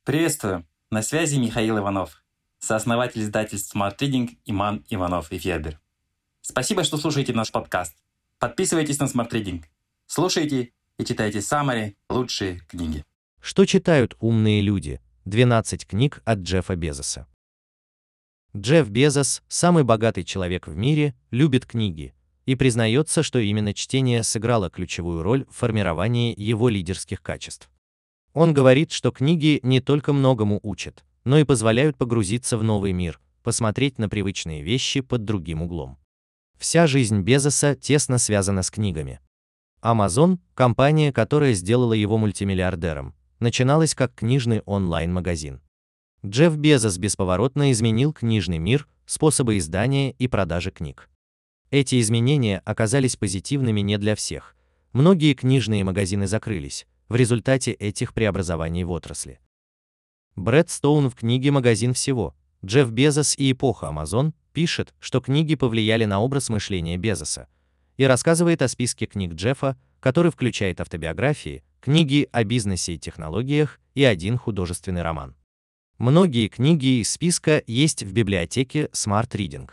Приветствую! На связи Михаил Иванов, сооснователь издательств Smart Reading Иман Иванов и Федер. Спасибо, что слушаете наш подкаст. Подписывайтесь на Smart Reading. Слушайте и читайте самые лучшие книги. Что читают умные люди? 12 книг от Джеффа Безоса. Джефф Безос, самый богатый человек в мире, любит книги и признается, что именно чтение сыграло ключевую роль в формировании его лидерских качеств. Он говорит, что книги не только многому учат, но и позволяют погрузиться в новый мир, посмотреть на привычные вещи под другим углом. Вся жизнь Безоса тесно связана с книгами. Amazon, компания, которая сделала его мультимиллиардером, начиналась как книжный онлайн-магазин. Джефф Безос бесповоротно изменил книжный мир, способы издания и продажи книг. Эти изменения оказались позитивными не для всех. Многие книжные магазины закрылись в результате этих преобразований в отрасли. Брэд Стоун в книге «Магазин всего. Джефф Безос и эпоха Amazon» пишет, что книги повлияли на образ мышления Безоса, и рассказывает о списке книг Джеффа, который включает автобиографии, книги о бизнесе и технологиях и один художественный роман. Многие книги из списка есть в библиотеке Smart Reading.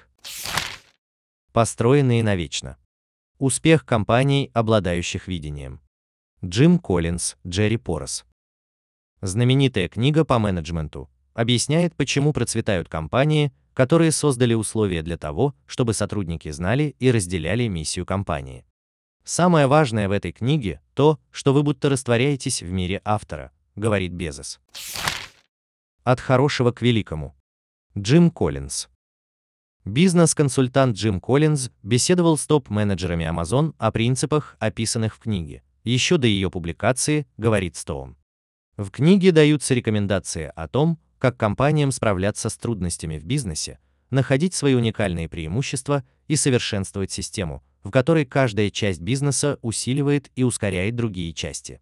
Построенные навечно. Успех компаний, обладающих видением. Джим Коллинз, Джерри Порос. Знаменитая книга по менеджменту объясняет, почему процветают компании, которые создали условия для того, чтобы сотрудники знали и разделяли миссию компании. Самое важное в этой книге – то, что вы будто растворяетесь в мире автора, говорит Безос. От хорошего к великому. Джим Коллинз. Бизнес-консультант Джим Коллинз беседовал с топ-менеджерами Amazon о принципах, описанных в книге, еще до ее публикации, говорит Стоун. В книге даются рекомендации о том, как компаниям справляться с трудностями в бизнесе, находить свои уникальные преимущества и совершенствовать систему, в которой каждая часть бизнеса усиливает и ускоряет другие части.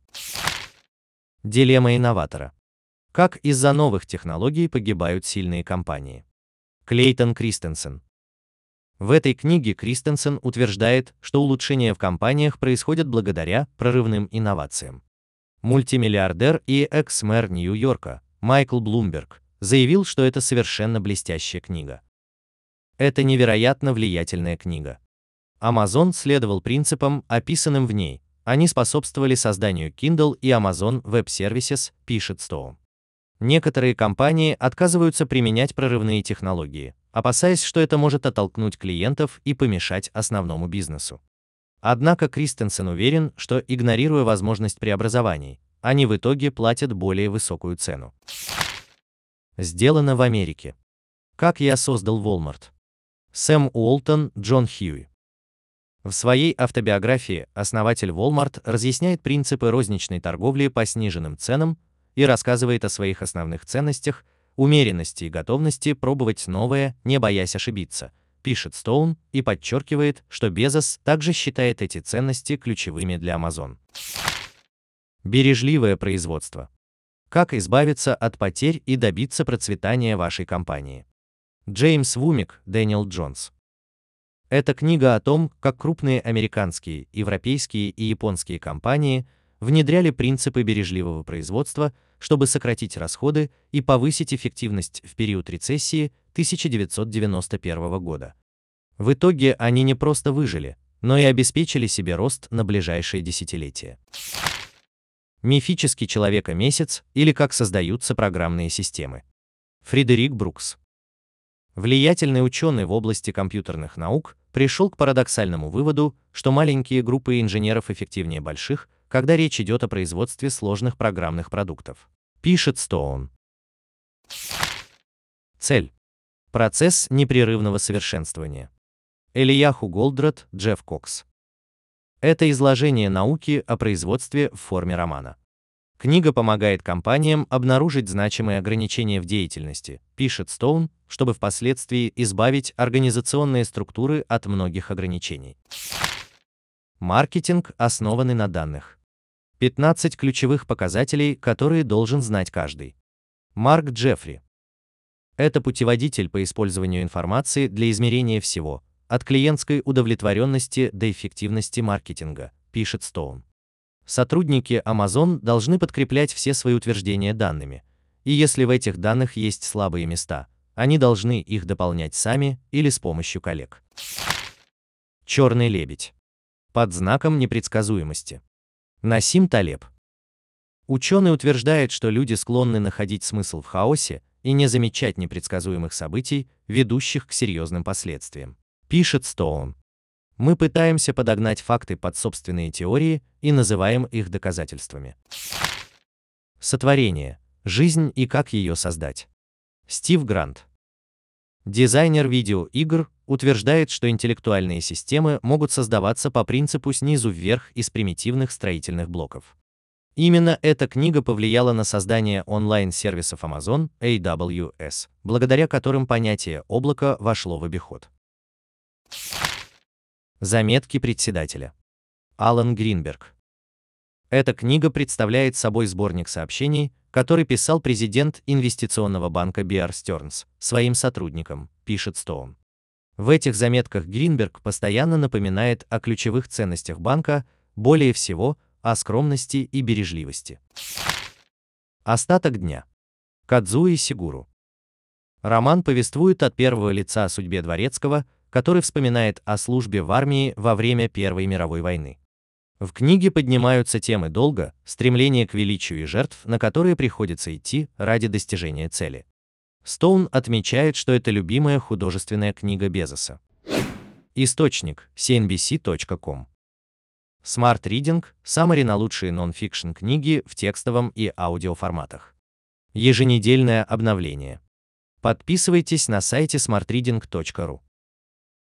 Дилемма инноватора. Как из-за новых технологий погибают сильные компании. Клейтон Кристенсен. В этой книге Кристенсен утверждает, что улучшения в компаниях происходят благодаря прорывным инновациям. Мультимиллиардер и экс-мэр Нью-Йорка Майкл Блумберг заявил, что это совершенно блестящая книга. Это невероятно влиятельная книга. Amazon следовал принципам, описанным в ней. Они способствовали созданию Kindle и Amazon Web Services, пишет Стоун. Некоторые компании отказываются применять прорывные технологии, опасаясь, что это может оттолкнуть клиентов и помешать основному бизнесу. Однако Кристенсен уверен, что, игнорируя возможность преобразований, они в итоге платят более высокую цену. Сделано в Америке. Как я создал Walmart. Сэм Уолтон, Джон Хьюи. В своей автобиографии основатель Walmart разъясняет принципы розничной торговли по сниженным ценам и рассказывает о своих основных ценностях, умеренности и готовности пробовать новое, не боясь ошибиться, пишет Стоун и подчеркивает, что Безос также считает эти ценности ключевыми для Amazon. Бережливое производство. Как избавиться от потерь и добиться процветания вашей компании. Джеймс Вумик, Дэниел Джонс. Это книга о том, как крупные американские, европейские и японские компании внедряли принципы бережливого производства, чтобы сократить расходы и повысить эффективность в период рецессии 1991 года. В итоге они не просто выжили, но и обеспечили себе рост на ближайшие десятилетия. Мифический человека-месяц или как создаются программные системы. Фредерик Брукс. Влиятельный ученый в области компьютерных наук пришел к парадоксальному выводу, что маленькие группы инженеров эффективнее больших, когда речь идет о производстве сложных программных продуктов. Пишет Стоун. Цель. Процесс непрерывного совершенствования. Элияху Голдрат, Джефф Кокс. Это изложение науки о производстве в форме романа. Книга помогает компаниям обнаружить значимые ограничения в деятельности, пишет Стоун, чтобы впоследствии избавить организационные структуры от многих ограничений. Маркетинг, основанный на данных. 15 ключевых показателей, которые должен знать каждый. Марк Джеффри. Это путеводитель по использованию информации для измерения всего, от клиентской удовлетворенности до эффективности маркетинга, пишет Стоун. Сотрудники Amazon должны подкреплять все свои утверждения данными, и если в этих данных есть слабые места, они должны их дополнять сами или с помощью коллег. Черный лебедь. Под знаком непредсказуемости. Насим Талеб. Ученый утверждает, что люди склонны находить смысл в хаосе и не замечать непредсказуемых событий, ведущих к серьезным последствиям. Пишет Стоун. Мы пытаемся подогнать факты под собственные теории и называем их доказательствами. Сотворение. Жизнь и как ее создать. Стив Грант. Дизайнер видеоигр утверждает, что интеллектуальные системы могут создаваться по принципу снизу вверх из примитивных строительных блоков. Именно эта книга повлияла на создание онлайн-сервисов Amazon AWS, благодаря которым понятие облака вошло в обиход. Заметки председателя. Алан Гринберг. Эта книга представляет собой сборник сообщений, который писал президент инвестиционного банка Bear Stearns своим сотрудникам, пишет Стоун. В этих заметках Гринберг постоянно напоминает о ключевых ценностях банка, более всего о скромности и бережливости. Остаток дня. Кадзуи Сигуру. Роман повествует от первого лица о судьбе дворецкого, который вспоминает о службе в армии во время Первой мировой войны. В книге поднимаются темы долга, стремления к величию и жертв, на которые приходится идти ради достижения цели. Стоун отмечает, что это любимая художественная книга Безоса. Источник cnbc.com. Smart Reading – саммари на лучшие нон-фикшн книги в текстовом и аудиоформатах. Еженедельное обновление. Подписывайтесь на сайте smartreading.ru.